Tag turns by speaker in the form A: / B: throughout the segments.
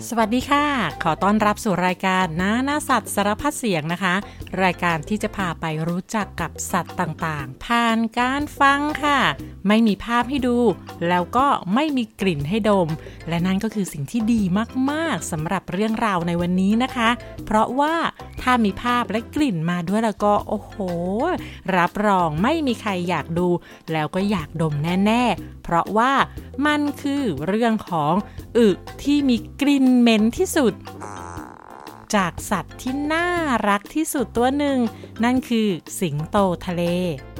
A: สวัสดีค่ะขอต้อนรับสู่รายการน่าสัตว์สารพัดเสียงนะคะรายการที่จะพาไปรู้จักกับสัตว์ต่างๆผ่านการฟังค่ะไม่มีภาพให้ดูแล้วก็ไม่มีกลิ่นให้ดมและนั่นก็คือสิ่งที่ดีมากๆสำหรับเรื่องราวในวันนี้นะคะเพราะว่าถ้ามีภาพและกลิ่นมาด้วยแล้วก็โอ้โหรับรองไม่มีใครอยากดูแล้วก็อยากดมแน่ๆเพราะว่ามันคือเรื่องของอึที่มีกลิ่นเหม็นที่สุดจากสัตว์ที่น่ารักที่สุดตัวหนึ่งนั่นคือสิงโตทะเล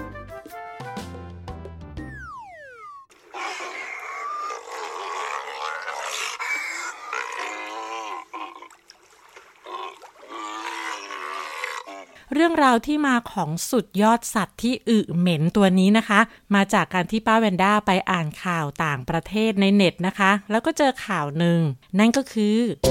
A: เรื่องราวที่มาของสุดยอดสัตว์ที่อึเหม็นตัวนี้นะคะมาจากการที่ป้าแวนด้าไปอ่านข่าวต่างประเทศในเน็ตนะคะแล้วก็เจอข่าวหนึ่งนั่นก็คื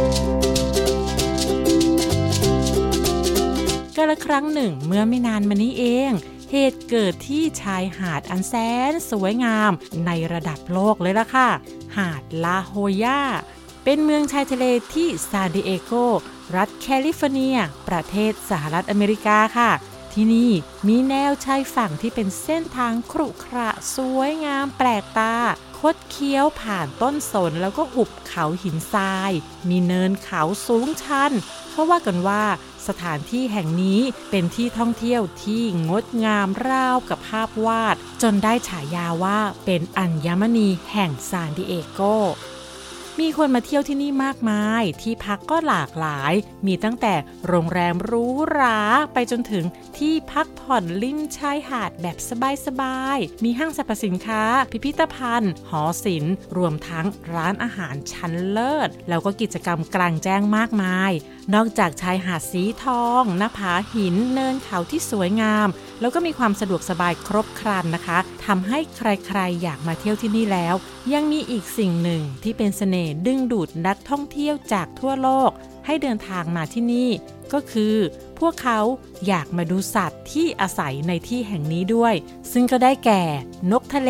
A: อกาลครั้งหนึ่งเมื่อไม่นานมานี้เองเหตุเกิดที่ชายหาดอันแสนสวยงามในระดับโลกเลยล่ะค่ะหาดลาโฮยาเป็นเมืองชายทะเลที่ซานดิเอโกรัฐแคลิฟอร์เนียประเทศสหรัฐอเมริกาค่ะที่นี่มีแนวชายฝั่งที่เป็นเส้นทางขรุขระสวยงามแปลกตาคดเคี้ยวผ่านต้นสนแล้วก็หุบเขาหินทรายมีเนินเขาสูงชันเขาว่ากันว่าสถานที่แห่งนี้เป็นที่ท่องเที่ยวที่งดงามราวกับภาพวาดจนได้ฉายาว่าเป็นอัญมณีแห่งซานดิเอโกมีคนมาเที่ยวที่นี่มากมายที่พักก็หลากหลายมีตั้งแต่โรงแรมหรูหราไปจนถึงที่พักผ่อนริมชายหาดแบบสบายๆมีห้างสรรพสินค้าพิพิธภัณฑ์หอศิลป์รวมทั้งร้านอาหารชั้นเลิศแล้วก็กิจกรรมกลางแจ้งมากมายนอกจากชายหาดสีทองหน้าผาหินเนินเขาที่สวยงามแล้วก็มีความสะดวกสบายครบครันนะคะทำให้ใครๆอยากมาเที่ยวที่นี่แล้วยังมีอีกสิ่งหนึ่งที่เป็นเสน่ห์ดึงดูดนักท่องเที่ยวจากทั่วโลกให้เดินทางมาที่นี่ก็คือพวกเขาอยากมาดูสัตว์ที่อาศัยในที่แห่งนี้ด้วยซึ่งก็ได้แก่นกทะเล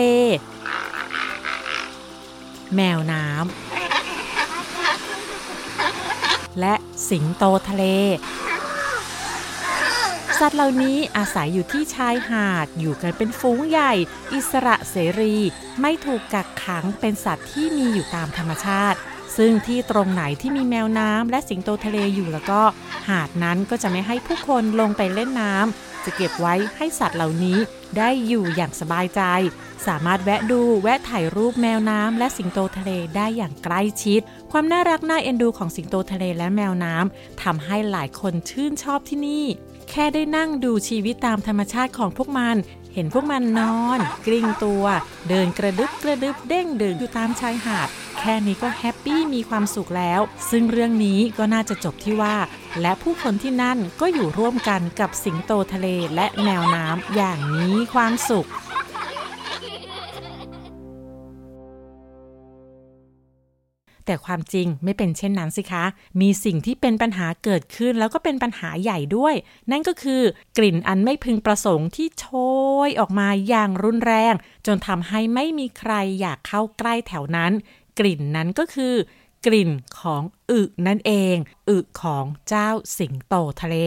A: แมวน้ำและสิงโตทะเลสัตว์เหล่านี้อาศัยอยู่ที่ชายหาดอยู่กันเป็นฝูงใหญ่อิสระเสรีไม่ถูกกักขังเป็นสัตว์ที่มีอยู่ตามธรรมชาติซึ่งที่ตรงไหนที่มีแมวน้ำและสิงโตทะเลอยู่แล้วก็หาดนั้นก็จะไม่ให้ผู้คนลงไปเล่นน้ำจะเก็บไว้ให้สัตว์เหล่านี้ได้อยู่อย่างสบายใจสามารถแวะถ่ายรูปแมวน้ำและสิงโตทะเลได้อย่างใกล้ชิดความน่ารักน่าเอ็นดูของสิงโตทะเลและแมวน้ำทำให้หลายคนชื่นชอบที่นี่แค่ได้นั่งดูชีวิตตามธรรมชาติของพวกมันเห็นพวกมันนอนกลิ้งตัวเดินกระดึบเด้งดึงอยู่ตามชายหาดแค่นี้ก็แฮปปี้มีความสุขแล้วซึ่งเรื่องนี้ก็น่าจะจบที่ว่าและผู้คนที่นั่นก็อยู่ร่วมกันกับสิงโตทะเลและแมวน้ำอย่างมีความสุขแต่ความจริงไม่เป็นเช่นนั้นสิคะมีสิ่งที่เป็นปัญหาเกิดขึ้นแล้วก็เป็นปัญหาใหญ่ด้วยนั่นก็คือกลิ่นอันไม่พึงประสงค์ที่โชยออกมาอย่างรุนแรงจนทำให้ไม่มีใครอยากเข้าใกล้แถวนั้นกลิ่นนั้นก็คือกลิ่นของอึนั่นเองอึของเจ้าสิงโตทะเล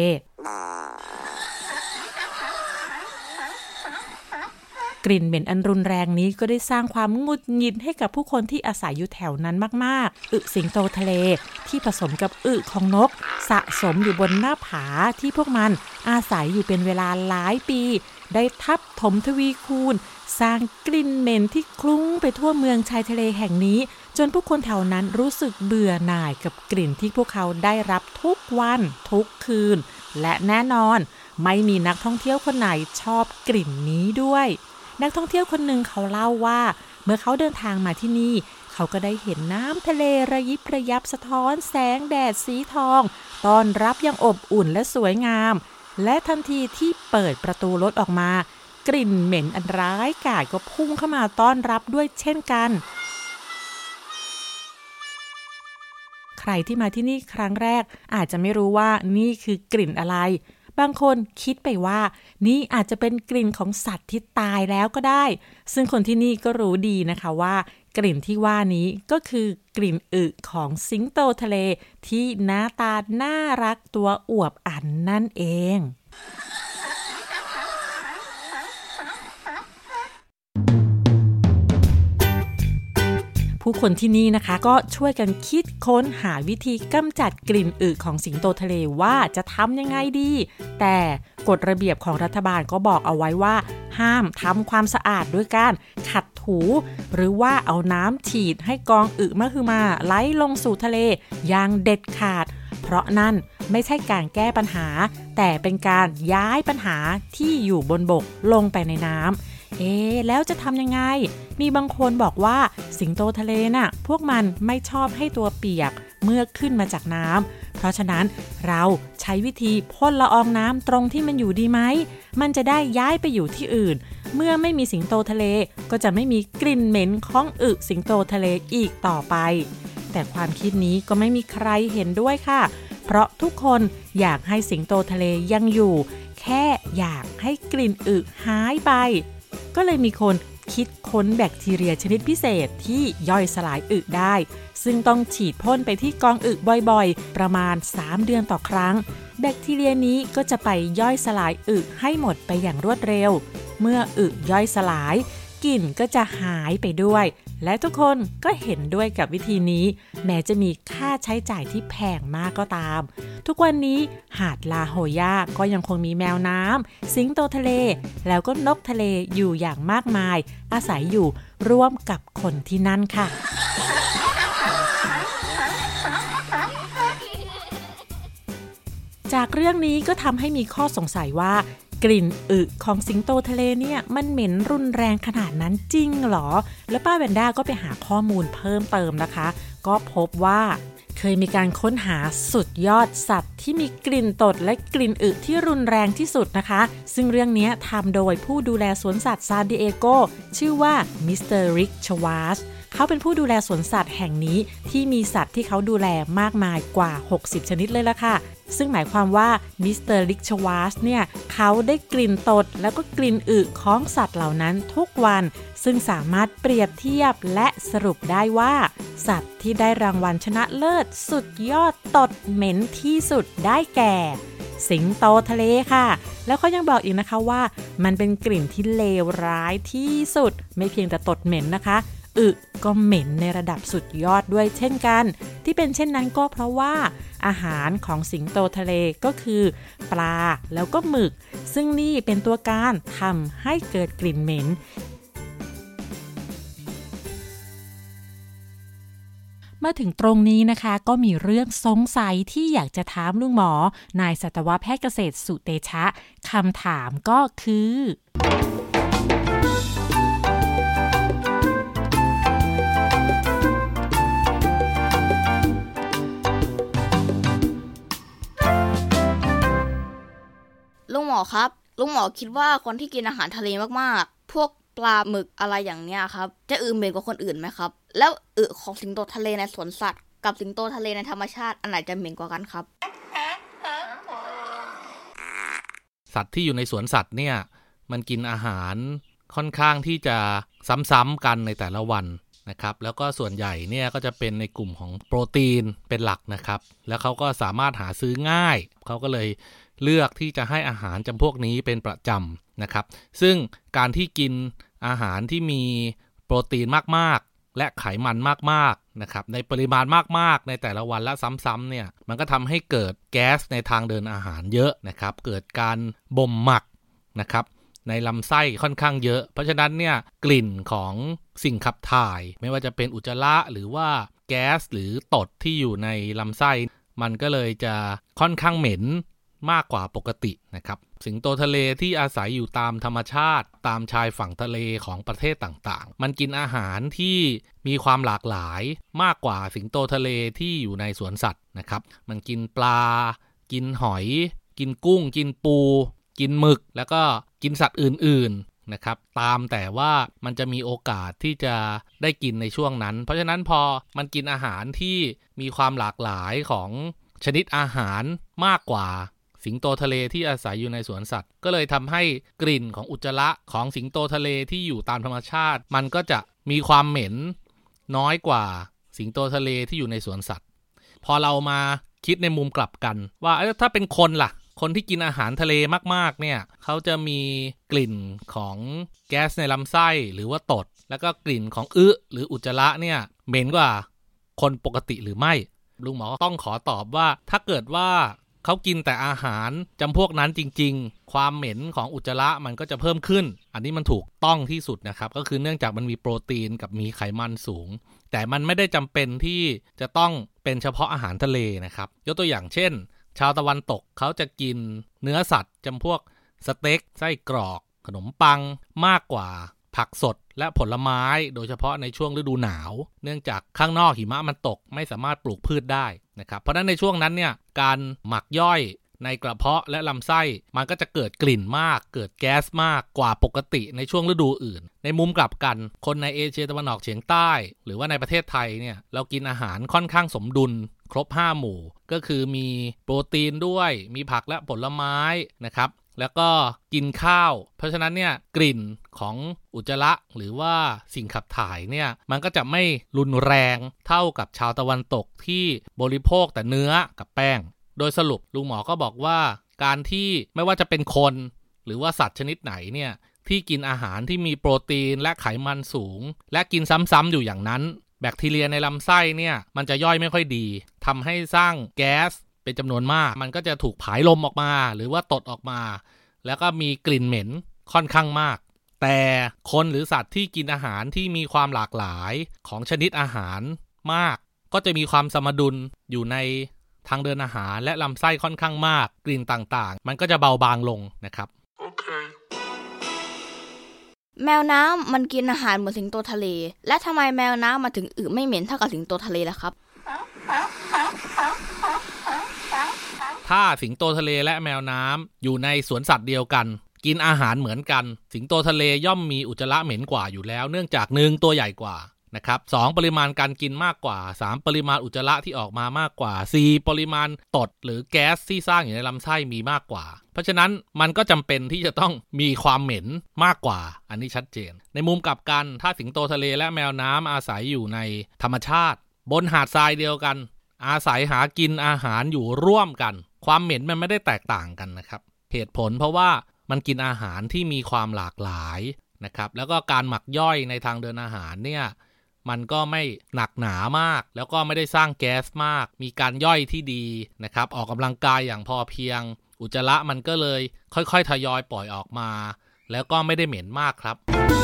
A: กลิ่นเหม็นอันรุนแรงนี้ก็ได้สร้างความหงุดหงิดให้กับผู้คนที่อาศัยอยู่แถวนั้นมากๆอึสิงโตทะเลที่ผสมกับอึของนกสะสมอยู่บนหน้าผาที่พวกมันอาศัยอยู่เป็นเวลาหลายปีได้ทับถมทวีคูณสร้างกลิ่นเหม็นที่คลุ้งไปทั่วเมืองชายทะเลแห่งนี้จนผู้คนแถวนั้นรู้สึกเบื่อหน่ายกับกลิ่นที่พวกเขาได้รับทุกวันทุกคืนและแน่นอนไม่มีนักท่องเที่ยวคนไหนชอบกลิ่นนี้ด้วยนักท่องเที่ยวคนหนึ่งเขาเล่าว่าเมื่อเขาเดินทางมาที่นี่เขาก็ได้เห็นน้ำทะเลระยิบระยับสะท้อนแสงแดดสีทองต้อนรับอย่างอบอุ่นและสวยงามและทันทีที่เปิดประตูรถออกมากลิ่นเหม็นอันร้ายกาจก็พุ่งเข้ามาต้อนรับด้วยเช่นกันใครที่มาที่นี่ครั้งแรกอาจจะไม่รู้ว่านี่คือกลิ่นอะไรบางคนคิดไปว่านี่อาจจะเป็นกลิ่นของสัตว์ที่ตายแล้วก็ได้ซึ่งคนที่นี่ก็รู้ดีนะคะว่ากลิ่นที่ว่านี้ก็คือกลิ่นอึของสิงโตทะเลที่หน้าตาน่ารักตัวอวบอันนั่นเองผู้คนที่นี่นะคะก็ช่วยกันคิดค้นหาวิธีกำจัดกลิ่นอึของสิงโตทะเลว่าจะทำยังไงดีแต่กฎระเบียบของรัฐบาลก็บอกเอาไว้ว่าห้ามทำความสะอาดด้วยการขัดถูหรือว่าเอาน้ำฉีดให้กองอึมหึมาไหลลงสู่ทะเลอย่างเด็ดขาดเพราะนั่นไม่ใช่การแก้ปัญหาแต่เป็นการย้ายปัญหาที่อยู่บนบกลงไปในน้ำแล้วจะทำยังไงมีบางคนบอกว่าสิงโตทะเลน่ะพวกมันไม่ชอบให้ตัวเปียกเมื่อขึ้นมาจากน้ำเพราะฉะนั้นเราใช้วิธีพ่นละอองน้ำตรงที่มันอยู่ดีไหมมันจะได้ย้ายไปอยู่ที่อื่นเมื่อไม่มีสิงโตทะเลก็จะไม่มีกลิ่นเหม็นของอึสิงโตทะเลอีกต่อไปแต่ความคิดนี้ก็ไม่มีใครเห็นด้วยค่ะเพราะทุกคนอยากให้สิงโตทะเลยังอยู่แค่อยากให้กลิ่นอึหายไปก็เลยมีคนคิดค้นแบคทีเรียชนิดพิเศษที่ย่อยสลายอึได้ซึ่งต้องฉีดพ่นไปที่กองอึบ่อยๆประมาณ3เดือนต่อครั้งแบคทีเรียนี้ก็จะไปย่อยสลายอึให้หมดไปอย่างรวดเร็วเมื่ออึย่อยสลายกลิ่นก็จะหายไปด้วยและทุกคนก็เห็นด้วยกับวิธีนี้แม้จะมีค่าใช้จ่ายที่แพงมากก็ตามทุกวันนี้หาดลาโฮย่าก็ยังคงมีแมวน้ำสิงโตทะเลแล้วก็นกทะเลอยู่อย่างมากมายอาศัยอยู่ร่วมกับคนที่นั่นค่ะจากเรื่องนี้ก็ทำให้มีข้อสงสัยว่ากลิ่นอึของสิงโตทะเลเนี่ยมันเหม็นรุนแรงขนาดนั้นจริงหรอแล้วป้าแวนด้าก็ไปหาข้อมูลเพิ่มเติมนะคะก็พบว่าเคยมีการค้นหาสุดยอดสัตว์ที่มีกลิ่นตดและกลิ่นอึที่รุนแรงที่สุดนะคะซึ่งเรื่องนี้ทำโดยผู้ดูแลสวนสัตว์ซานดิเอโกชื่อว่ามิสเตอร์ริกชวาสเขาเป็นผู้ดูแลสวนสัตว์แห่งนี้ที่มีสัตว์ที่เขาดูแลมากมายกว่า60ชนิดเลยล่ะค่ะซึ่งหมายความว่ามิสเตอร์ริกชวาสเนี่ยเขาได้กลิ่นตดแล้วก็กลิ่นอึของสัตว์เหล่านั้นทุกวันซึ่งสามารถเปรียบเทียบและสรุปได้ว่าสัตว์ที่ได้รางวัลชนะเลิศสุดยอดตดเหม็นที่สุดได้แก่สิงโตทะเลค่ะแล้วเขายังบอกอีกนะคะว่ามันเป็นกลิ่นที่เลวร้ายที่สุดไม่เพียงแต่ตดเหม็นนะคะอึก็เหม็นในระดับสุดยอดด้วยเช่นกันที่เป็นเช่นนั้นก็เพราะว่าอาหารของสิงโตทะเลก็คือปลาแล้วก็หมึกซึ่งนี่เป็นตัวการทำให้เกิดกลิ่นเหม็นมาถึงตรงนี้นะคะก็มีเรื่องสงสัยที่อยากจะถามลุงหมอนายสัตวแพทย์เกษตรสุเตชะคำถามก็คือ
B: ลุงหมอครับลุงหมอคิดว่าคนที่กินอาหารทะเลมากๆพวกปลาหมึกอะไรอย่างเนี้ยครับจะเหม็นกว่าคนอื่นไหมครับแล้วของสิงโตทะเลในสวนสัตว์กับสิงโตทะเลในธรรมชาติอันไหนจะเหม็นกว่ากันครับ
C: สัตว์ที่อยู่ในสวนสัตว์เนี่ยมันกินอาหารค่อนข้างที่จะซ้ำๆกันในแต่ละวันนะครับแล้วก็ส่วนใหญ่เนี่ยก็จะเป็นในกลุ่มของโปรตีนเป็นหลักนะครับแล้วเขาก็สามารถหาซื้อง่ายเขาก็เลยเลือกที่จะให้อาหารจำพวกนี้เป็นประจำนะครับซึ่งการที่กินอาหารที่มีโปรตีนมากๆและไขมันมากๆนะครับในปริมาณมากๆในแต่ละวันและซ้ำๆเนี่ยมันก็ทำให้เกิดแก๊สในทางเดินอาหารเยอะนะครับเกิดการบ่มหมักนะครับในลำไส้ค่อนข้างเยอะเพราะฉะนั้นเนี่ยกลิ่นของสิ่งขับถ่ายไม่ว่าจะเป็นอุจจาระหรือว่าแก๊สหรือตดที่อยู่ในลำไส้มันก็เลยจะค่อนข้างเหม็นมากกว่าปกตินะครับสิงโตทะเลที่อาศัยอยู่ตามธรรมชาติตามชายฝั่งทะเลของประเทศต่างๆมันกินอาหารที่มีความหลากหลายมากกว่าสิงโตทะเลที่อยู่ในสวนสัตว์นะครับมันกินปลากินหอยกินกุ้งกินปูกินหมึกแล้วก็กินสัตว์อื่นๆนะครับตามแต่ว่ามันจะมีโอกาสที่จะได้กินในช่วงนั้นเพราะฉะนั้นพอมันกินอาหารที่มีความหลากหลายของชนิดอาหารมากกว่าสิงโตทะเลที่อาศัยอยู่ในสวนสัตว์ก็เลยทำให้กลิ่นของอุจจาระของสิงโตทะเลที่อยู่ตามธรรมชาติมันก็จะมีความเหม็นน้อยกว่าสิงโตทะเลที่อยู่ในสวนสัตว์พอเรามาคิดในมุมกลับกันว่าถ้าเป็นคนล่ะคนที่กินอาหารทะเลมากๆเนี่ยเขาจะมีกลิ่นของแก๊สในลำไส้หรือว่าตดแล้วก็กลิ่นของหรืออุจจาระเนี่ยเหม็นกว่าคนปกติหรือไม่ลุงหมอต้องขอตอบว่าถ้าเกิดว่าเขากินแต่อาหารจำพวกนั้นจริงๆความเหม็นของอุจจาระมันก็จะเพิ่มขึ้นอันนี้มันถูกต้องที่สุดนะครับก็คือเนื่องจากมันมีโปรตีนกับมีไขมันสูงแต่มันไม่ได้จำเป็นที่จะต้องเป็นเฉพาะอาหารทะเลนะครับยกตัวอย่างเช่นชาวตะวันตกเขาจะกินเนื้อสัตว์จำพวกสเต็กไส้กรอกขนมปังมากกว่าผักสดและผลไม้โดยเฉพาะในช่วงฤดูหนาวเนื่องจากข้างนอกหิมะมันตกไม่สามารถปลูกพืชได้นะครับเพราะฉะนั้นในช่วงนั้นเนี่ยการหมักย่อยในกระเพาะและลำไส้มันก็จะเกิดกลิ่นมากเกิดแก๊สมากกว่าปกติในช่วงฤดูอื่นในมุมกลับกันคนในเอเชียตะวันออกเฉียงใต้หรือว่าในประเทศไทยเนี่ยเรากินอาหารค่อนข้างสมดุลครบ5หมู่ก็คือมีโปรตีนด้วยมีผักและผลไม้นะครับแล้วก็กินข้าวเพราะฉะนั้นเนี่ยกลิ่นของอุจจาระหรือว่าสิ่งขับถ่ายเนี่ยมันก็จะไม่รุนแรงเท่ากับชาวตะวันตกที่บริโภคแต่เนื้อกับแป้งโดยสรุปลุงหมอก็บอกว่าการที่ไม่ว่าจะเป็นคนหรือว่าสัตว์ชนิดไหนเนี่ยที่กินอาหารที่มีโปรตีนและไขมันสูงและกินซ้ำๆอยู่อย่างนั้นแบคทีเรียในลำไส้เนี่ยมันจะย่อยไม่ค่อยดีทำให้สร้างแก๊สเป็นจำนวนมากมันก็จะถูกผายลมออกมาหรือว่าตดออกมาแล้วก็มีกลิ่นเหม็นค่อนข้างมากแต่คนหรือสัตว์ที่กินอาหารที่มีความหลากหลายของชนิดอาหารมากก็จะมีความสมดุลอยู่ในทางเดินอาหารและลำไส้ค่อนข้างมากกลิ่นต่างๆมันก็จะเบาบางลงนะครับโอเค
B: แมวน้ำมันกินอาหารเหมือนสิงโตทะเลและทำไมแมวน้ำมาถึงไม่เหม็นเท่ากับสิงโตทะเลล่ะครับ
C: ถ้าสิงโตทะเลและแมวน้ำอยู่ในสวนสัตว์เดียวกันกินอาหารเหมือนกันสิงโตทะเลย่อมมีอุจจาระเหม็นกว่าอยู่แล้วเนื่องจาก1ตัวใหญ่กว่านะครับ2ปริมาณการกินมากกว่า3ปริมาณอุจจาระที่ออกมามากกว่า4ปริมาณตดหรือแก๊สที่สร้างอยู่ในลำไส้มีมากกว่าเพราะฉะนั้นมันก็จำเป็นที่จะต้องมีความเหม็นมากกว่าอันนี้ชัดเจนในมุมกลับกันถ้าสิงโตทะเลและแมวน้ำอาศัยอยู่ในธรรมชาติบนหาดทรายเดียวกันอาศัยหากินอาหารอยู่ร่วมกันความเหม็นมันไม่ได้แตกต่างกันนะครับเหตุผลเพราะว่ามันกินอาหารที่มีความหลากหลายนะครับแล้วก็การหมักย่อยในทางเดินอาหารเนี่ยมันก็ไม่หนักหนามากแล้วก็ไม่ได้สร้างแก๊สมากมีการย่อยที่ดีนะครับออกกำลังกายอย่างพอเพียงอุจจาระมันก็เลยค่อยๆทยอยปล่อยออกมาแล้วก็ไม่ได้เหม็นมากครับ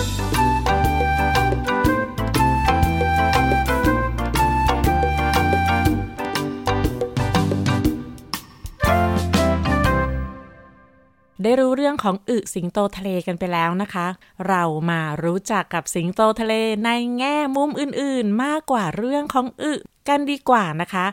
A: ได้รู้เรื่องของสิงโตทะเลกันไปแล้วนะคะเรามารู้จักกับสิงโตทะเลในแง่มุมอื่นๆมากกว่าเรื่องของกันดีกว่านะคะ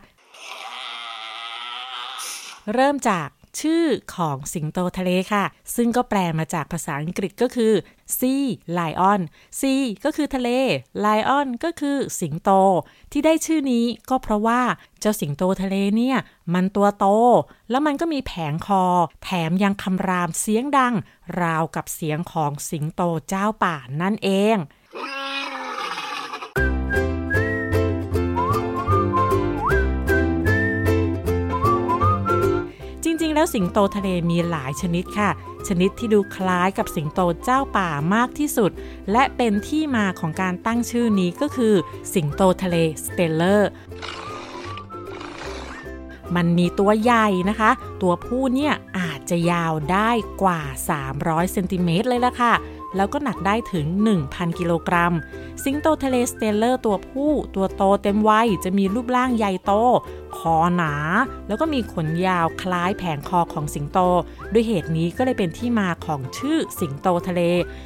A: เริ่มจากชื่อของสิงโตทะเลค่ะซึ่งก็แปลมาจากภาษาอังกฤษก็คือ Sea Lion Sea ก็คือทะเล Lion ก็คือสิงโตที่ได้ชื่อนี้ก็เพราะว่าเจ้าสิงโตทะเลเนี่ยมันตัวโตแล้วมันก็มีแผงคอแถมยังคำรามเสียงดังราวกับเสียงของสิงโตเจ้าป่านั่นเองจริงๆแล้วสิงโตทะเลมีหลายชนิดค่ะชนิดที่ดูคล้ายกับสิงโตเจ้าป่ามากที่สุดและเป็นที่มาของการตั้งชื่อนี้ก็คือสิงโตทะเลสเตลเลอร์มันมีตัวใหญ่นะคะตัวผู้เนี่ยอาจจะยาวได้กว่า300เซนติเมตรเลยล่ะค่ะแล้วก็หนักได้ถึง 1,000 กิโลกรัมสิงโตทะเลสเตลเลอร์ตัวผู้ตัวโตเต็มวัยจะมีรูปร่างใหญ่โตคอหนาแล้วก็มีขนยาวคล้ายแผงคอของสิงโตด้วยเหตุนี้ก็เลยเป็นที่มาของชื่อสิงโตทะเล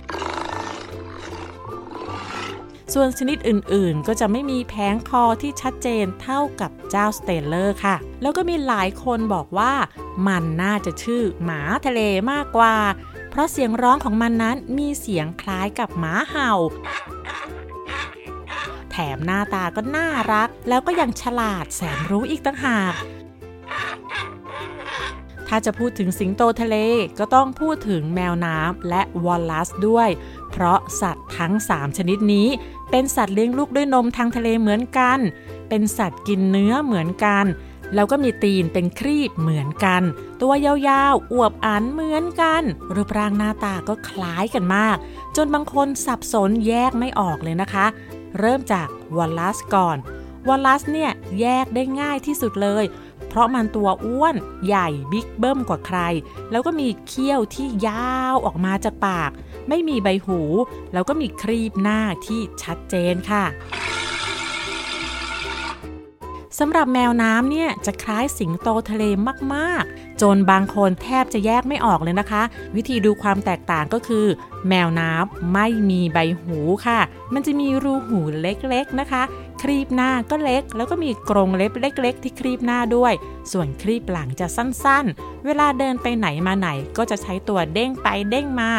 A: ส่วนชนิดอื่นๆก็จะไม่มีแผงคอที่ชัดเจนเท่ากับเจ้าสเตลเลอร์ค่ะแล้วก็มีหลายคนบอกว่ามันน่าจะชื่อหมาทะเลมากกว่าเพราะเสียงร้องของมันนั้นมีเสียงคล้ายกับหมาเห่าแถมหน้าตาก็น่ารักแล้วก็ยังฉลาดแสนรู้อีกต่างหากถ้าจะพูดถึงสิงโตทะเลก็ต้องพูดถึงแมวน้ำและวอลลัสด้วยเพราะสัตว์ทั้ง3ชนิดนี้เป็นสัตว์เลี้ยงลูกด้วยนมทางทะเลเหมือนกันเป็นสัตว์กินเนื้อเหมือนกันแล้วก็มีตีนเป็นครีบเหมือนกันตัวยาวๆอวบอันเหมือนกันรูปร่างหน้าตาก็คล้ายกันมากจนบางคนสับสนแยกไม่ออกเลยนะคะเริ่มจากวอลลัสก่อนวอลลัสเนี่ยแยกได้ง่ายที่สุดเลยเพราะมันตัวอ้วนใหญ่บิ๊กเบิ้มกว่าใครแล้วก็มีเขี้ยวที่ยาวออกมาจากปากไม่มีใบหูแล้วก็มีครีบหน้าที่ชัดเจนค่ะสำหรับแมวน้ำเนี่ยจะคล้ายสิงโตทะเลมากๆจนบางคนแทบจะแยกไม่ออกเลยนะคะวิธีดูความแตกต่างก็คือแมวน้ำไม่มีใบหูค่ะมันจะมีรูหูเล็กๆนะคะครีบหน้าก็เล็กแล้วก็มีกรงเล็บเล็กๆที่ครีบหน้าด้วยส่วนครีบหลังจะสั้นๆเวลาเดินไปไหนมาไหนก็จะใช้ตัวเด้งไปเด้งมา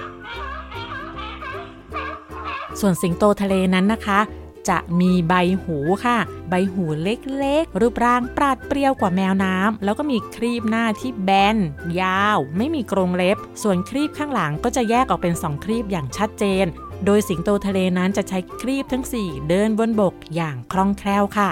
A: ส่วนสิงโตทะเลนั้นนะคะจะมีใบหูค่ะใบหูเล็กๆรูปร่างปราดเปรียวกว่าแมวน้ำแล้วก็มีครีบหน้าที่แบนยาวไม่มีกรงเล็บส่วนครีบข้างหลังก็จะแยกออกเป็น2ครีบอย่างชัดเจนโดยสิงโตทะเลนั้นจะใช้ครีบทั้ง4เดินบนบกอย่างคล่องแคล่วค่ะ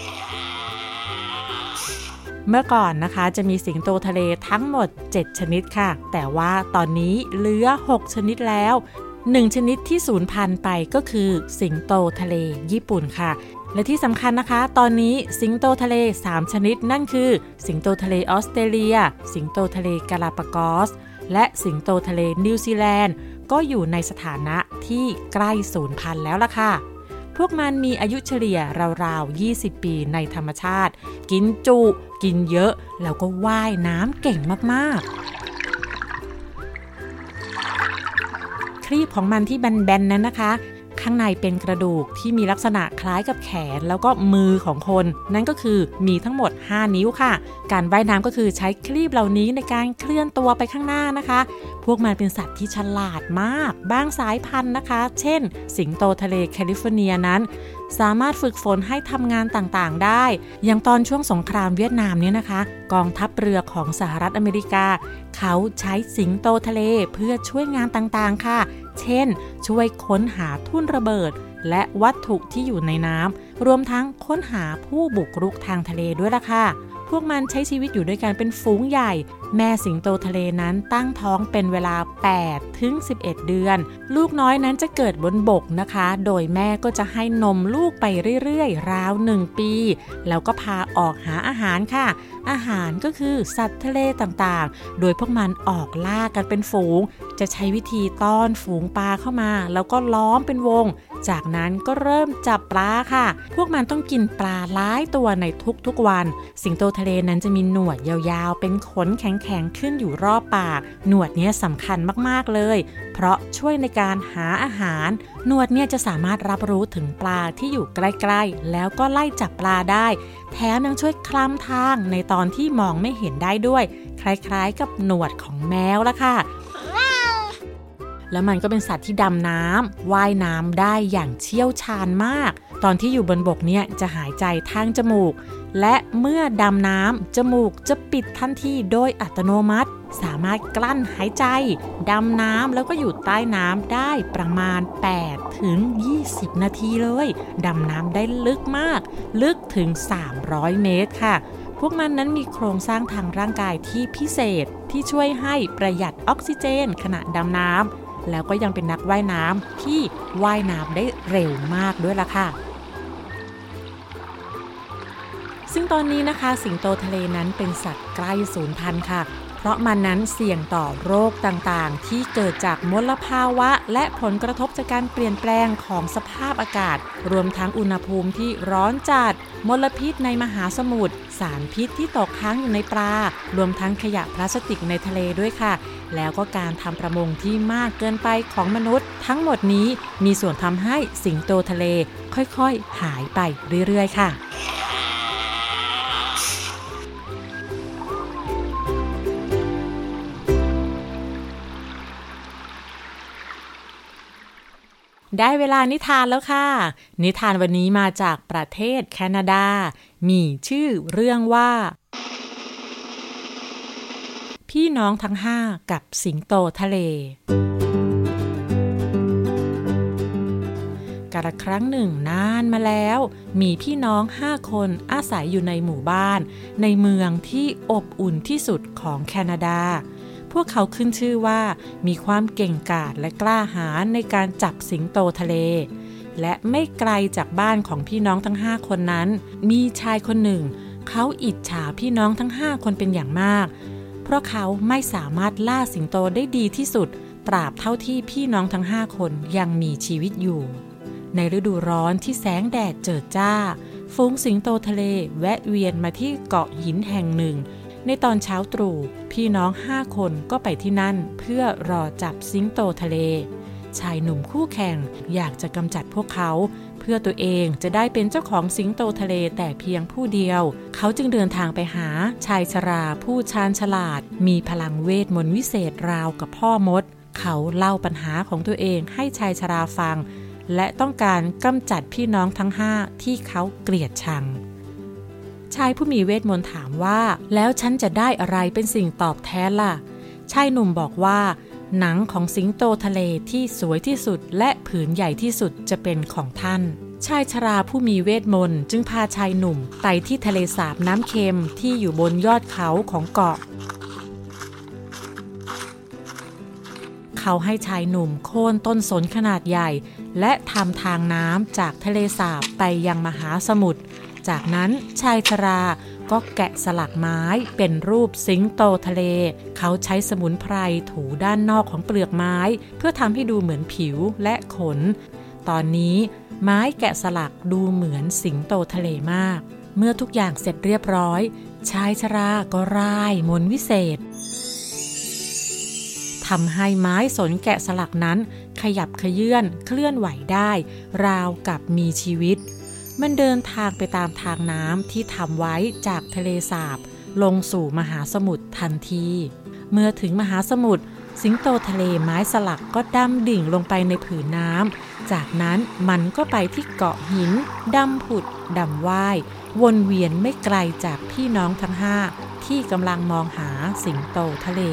A: เมื่อก่อนนะคะจะมีสิงโตทะเลทั้งหมด7ชนิดค่ะแต่ว่าตอนนี้เหลือ6ชนิดแล้ว1ชนิดที่สูญพันธุ์ไปก็คือสิงโตทะเลญี่ปุ่นค่ะและที่สำคัญนะคะตอนนี้สิงโตทะเล3ชนิดนั่นคือสิงโตทะเลออสเตรเลียสิงโตทะเลกาลาปากอสและสิงโตทะเลนิวซีแลนด์ก็อยู่ในสถานะที่ใกล้สูญพันธุ์แล้วล่ะค่ะพวกมันมีอายุเฉลี่ยราวๆ20ปีในธรรมชาติกินจุกินเยอะแล้วก็ว่ายน้ำเก่งมากๆครีบของมันที่แบนๆนั้นนะคะข้างในเป็นกระดูกที่มีลักษณะคล้ายกับแขนแล้วก็มือของคนนั่นก็คือมีทั้งหมด5นิ้วค่ะการว่ายน้ำก็คือใช้ครีบเหล่านี้ในการเคลื่อนตัวไปข้างหน้านะคะพวกมันเป็นสัตว์ที่ฉลาดมากบางสายพันธุ์นะคะเช่นสิงโตทะเลแคลิฟอร์เนียนั้นสามารถฝึกฝนให้ทำงานต่างๆได้อย่างตอนช่วงสงครามเวียดนามเนี่ยนะคะกองทัพเรือของสหรัฐอเมริกาเขาใช้สิงโตทะเลเพื่อช่วยงานต่างๆค่ะเช่นช่วยค้นหาทุ่นระเบิดและวัตถุที่อยู่ในน้ำรวมทั้งค้นหาผู้บุกรุกทางทะเลด้วยล่ะค่ะพวกมันใช้ชีวิตอยู่ด้วยกันเป็นฝูงใหญ่แม่สิงโตทะเลนั้นตั้งท้องเป็นเวลา8 ถึง 11 เดือนลูกน้อยนั้นจะเกิดบนบกนะคะโดยแม่ก็จะให้นมลูกไปเรื่อยๆราว1 ปีแล้วก็พาออกหาอาหารค่ะอาหารก็คือสัตว์ทะเลต่างๆโดยพวกมันออกล่ากันเป็นฝูงจะใช้วิธีต้อนฝูงปลาเข้ามาแล้วก็ล้อมเป็นวงจากนั้นก็เริ่มจับปลาค่ะพวกมันต้องกินปลาหลายตัวในทุกๆวันสิงโตทะเลนั้นจะมีหนวดยาวๆเป็นขนแข็งๆขึ้นอยู่รอบปากหนวดนี้สำคัญมากๆเลยเพราะช่วยในการหาอาหารหนวดเนี่ยจะสามารถรับรู้ถึงปลาที่อยู่ใกล้ๆแล้วก็ไล่จับปลาได้แถมยังช่วยคลำทางในตอนที่มองไม่เห็นได้ด้วยคล้ายๆกับหนวดของแมวละค่ะแล้วมันก็เป็นสัตว์ที่ดำน้ำว่ายน้ำได้อย่างเชี่ยวชาญมากตอนที่อยู่บนบกเนี่ยจะหายใจทางจมูกและเมื่อดำน้ำจมูกจะปิดทันทีโดยอัตโนมัติสามารถกลั้นหายใจดำน้ำแล้วก็อยู่ใต้น้ำได้ประมาณ8 ถึง 20 นาทีเลยดำน้ำได้ลึกมากลึกถึง300 เมตรค่ะพวกมันนั้นมีโครงสร้างทางร่างกายที่พิเศษที่ช่วยให้ประหยัดออกซิเจนขณะดำน้ำแล้วก็ยังเป็นนักว่ายน้ำที่ว่ายน้ำได้เร็วมากด้วยล่ะค่ะซึ่งตอนนี้นะคะสิงโตทะเลนั้นเป็นสัตว์ใกล้สูญพันธุ์ค่ะเพราะมันนั้นเสี่ยงต่อโรคต่างๆที่เกิดจากมลภาวะและผลกระทบจากการเปลี่ยนแปลงของสภาพอากาศรวมทั้งอุณหภูมิที่ร้อนจัดมลพิษในมหาสมุทรสารพิษที่ตกค้างอยู่ในปลารวมทั้งขยะพลาสติกในทะเลด้วยค่ะแล้วก็การทำประมงที่มากเกินไปของมนุษย์ทั้งหมดนี้มีส่วนทำให้สิงโตทะเลค่อยๆหายไปเรื่อยๆค่ะได้เวลานิทานแล้วค่ะนิทานวันนี้มาจากประเทศแคนาดามีชื่อเรื่องว่าพี่น้องทั้ง5กับสิงโตทะเลกาลครั้งหนึ่งนานมาแล้วมีพี่น้อง5 คนอาศัยอยู่ในหมู่บ้านในเมืองที่อบอุ่นที่สุดของแคนาดาพวกเขาขึ้นชื่อว่ามีความเก่งกาจและกล้าหาญในการจับสิงโตทะเลและไม่ไกลจากบ้านของพี่น้องทั้ง5 คนนั้นมีชายคนหนึ่งเขาอิจฉาพี่น้องทั้ง5 คนเป็นอย่างมากเพราะเขาไม่สามารถล่าสิงโตได้ดีที่สุดตราบเท่าที่พี่น้องทั้ง5 คนยังมีชีวิตอยู่ในฤดูร้อนที่แสงแดดเจิดจ้าฝูงสิงโตทะเลแวะเวียนมาที่เกาะหินแห่งหนึ่งในตอนเช้าตรู่พี่น้อง5 คนก็ไปที่นั่นเพื่อรอจับสิงโตทะเลชายหนุ่มคู่แข่งอยากจะกำจัดพวกเขาเพื่อตัวเองจะได้เป็นเจ้าของสิงโตทะเลแต่เพียงผู้เดียวเขาจึงเดินทางไปหาชายชราผู้ชาญฉลาดมีพลังเวทมนต์วิเศษราวกับพ่อมดเขาเล่าปัญหาของตัวเองให้ชายชราฟังและต้องการกำจัดพี่น้องทั้ง5ที่เขาเกลียดชังชายผู้มีเวทมนต์ถามว่าแล้วฉันจะได้อะไรเป็นสิ่งตอบแทนล่ะชายหนุ่มบอกว่าหนังของสิงโตทะเลที่สวยที่สุดและผืนใหญ่ที่สุดจะเป็นของท่านชายชราผู้มีเวทมนต์จึงพาชายหนุ่มไปที่ทะเลสาบน้ำเค็มที่อยู่บนยอดเขาของเกาะเขาให้ชายหนุ่มโค่นต้นสนขนาดใหญ่และทำทางน้ำจากทะเลสาบไปยังมหาสมุทรจากนั้นชายชราก็แกะสลักไม้เป็นรูปสิงโตทะเลเขาใช้สมุนไพรถูด้านนอกของเปลือกไม้เพื่อทำให้ดูเหมือนผิวและขนตอนนี้ไม้แกะสลักดูเหมือนสิงโตทะเลมากเมื่อทุกอย่างเสร็จเรียบร้อยชายชราก็ร่ายมนต์วิเศษทำให้ไม้สนแกะสลักนั้นขยับเขยื้อนเคลื่อนไหวได้ราวกับมีชีวิตมันเดินทางไปตามทางน้ำที่ทำไว้จากทะเลสาบลงสู่มหาสมุทรทันทีเมื่อถึงมหาสมุทรสิงโตทะเลไม้สลักก็ดำดิ่งลงไปในผืนน้ำจากนั้นมันก็ไปที่เกาะหินดำผุดดำว่ายวนเวียนไม่ไกลจากพี่น้องทั้ง5ที่กำลังมองหาสิงโตทะเล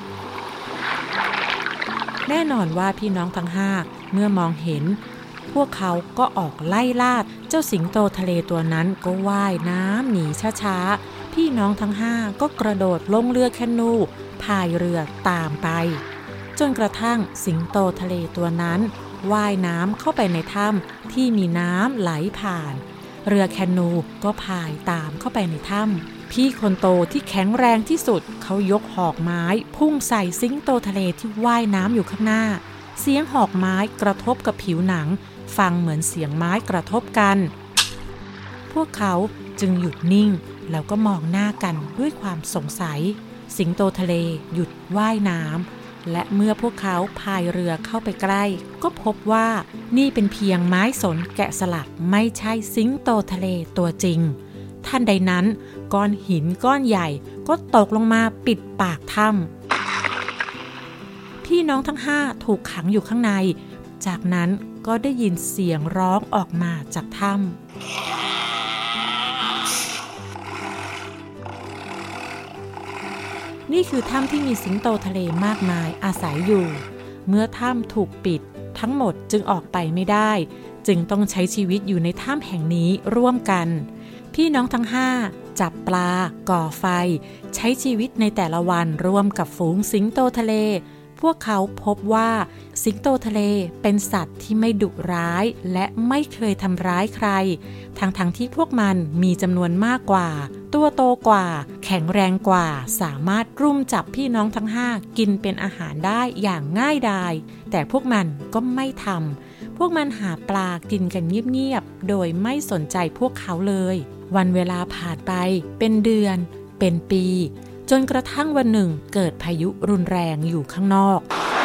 A: แน่นอนว่าพี่น้องทั้ง5เมื่อมองเห็นพวกเขาก็ออกไล่ล่าเจ้าสิงโตทะเลตัวนั้นก็ว่ายน้ำหนีช้าๆพี่น้องทั้ง5ก็กระโดดลงเรือแคนูพายเรือตามไปจนกระทั่งสิงโตทะเลตัวนั้นว่ายน้ำเข้าไปในถ้ำที่มีน้ำไหลผ่านเรือแคนูก็พายตามเข้าไปในถ้ำพี่คนโตที่แข็งแรงที่สุดเขายกหอกไม้พุ่งใส่สิงโตทะเลที่ว่ายน้ำอยู่ข้างหน้าเสียงหอกไม้กระทบกับผิวหนังฟังเหมือนเสียงไม้กระทบกันพวกเขาจึงหยุดนิ่งแล้วก็มองหน้ากันด้วยความสงสัยสิงโตทะเลหยุดว่ายน้ำและเมื่อพวกเขาพายเรือเข้าไปใกล้ก็พบว่านี่เป็นเพียงไม้สนแกะสลักไม่ใช่สิงโตทะเลตัวจริงทันใดนั้นก้อนหินก้อนใหญ่ก็ตกลงมาปิดปากถ้ำพี่น้องทั้ง5ถูกขังอยู่ข้างในจากนั้นก็ได้ยินเสียงร้องออกมาจากถ้ำนี่คือถ้ำที่มีสิงโตทะเลมากมายอาศัยอยู่เมื่อถ้ำถูกปิดทั้งหมดจึงออกไปไม่ได้จึงต้องใช้ชีวิตอยู่ในถ้ำแห่งนี้ร่วมกันพี่น้องทั้ง5จับปลาก่อไฟใช้ชีวิตในแต่ละวันร่วมกับฝูงสิงโตทะเลพวกเขาพบว่าสิงโตทะเลเป็นสัตว์ที่ไม่ดุร้ายและไม่เคยทำร้ายใครทั้งที่พวกมันมีจำนวนมากกว่าตัวโตกว่าแข็งแรงกว่าสามารถรุมจับพี่น้องทั้ง5กินเป็นอาหารได้อย่างง่ายดายแต่พวกมันก็ไม่ทำพวกมันหาปลากินกันเงียบๆโดยไม่สนใจพวกเขาเลยวันเวลาผ่านไปเป็นเดือนเป็นปีจนกระทั่งวันหนึ่งเกิดพายุรุนแรงอยู่ข้างนอก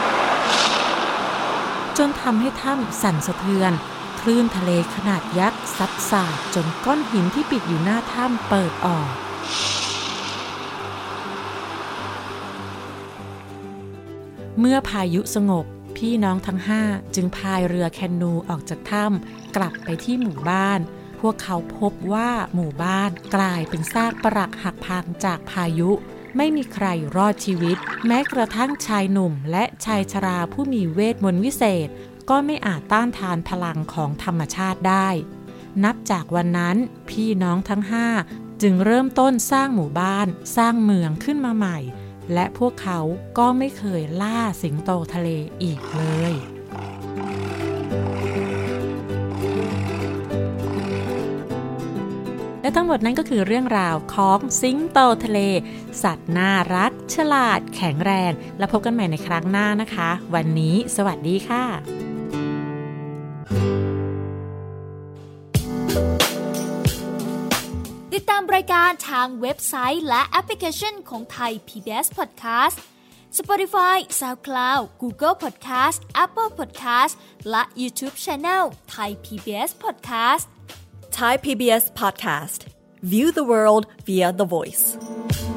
A: จนทำให้ถ้ำสั่นสะเทือนคลื่นทะเลขนาดยักษ์ซัดสาดจนก้อนหินที่ปิดอยู่หน้าถ้ำเปิดออกเมื่อพายุสงบพี่น้องทั้ง5จึงพายเรือแคนูออกจากถ้ำกลับไปที่หมู่บ้านพวกเขาพบว่าหมู่บ้านกลายเป็นซากปรักหักพังจากพายุไม่มีใครรอดชีวิตแม้กระทั่งชายหนุ่มและชายชราผู้มีเวทมนต์วิเศษก็ไม่อาจต้านทานพลังของธรรมชาติได้นับจากวันนั้นพี่น้องทั้ง5จึงเริ่มต้นสร้างหมู่บ้านสร้างเมืองขึ้นมาใหม่และพวกเขาก็ไม่เคยล่าสิงโตทะเลอีกเลยและทั้งหมดนั้นก็คือเรื่องราวของสิงโตทะเลสัตว์น่ารักฉลาดแข็งแรงแล้วพบกันใหม่ในครั้งหน้านะคะวันนี้สวัสดีค่ะ
D: ติดตามรายการทางเว็บไซต์และแอปพลิเคชันของไทย PBS Podcast Spotify, SoundCloud, Google Podcast, Apple Podcast และ YouTube Channel Thai PBS Podcast
E: Thai PBS Podcast. View the world via the voice.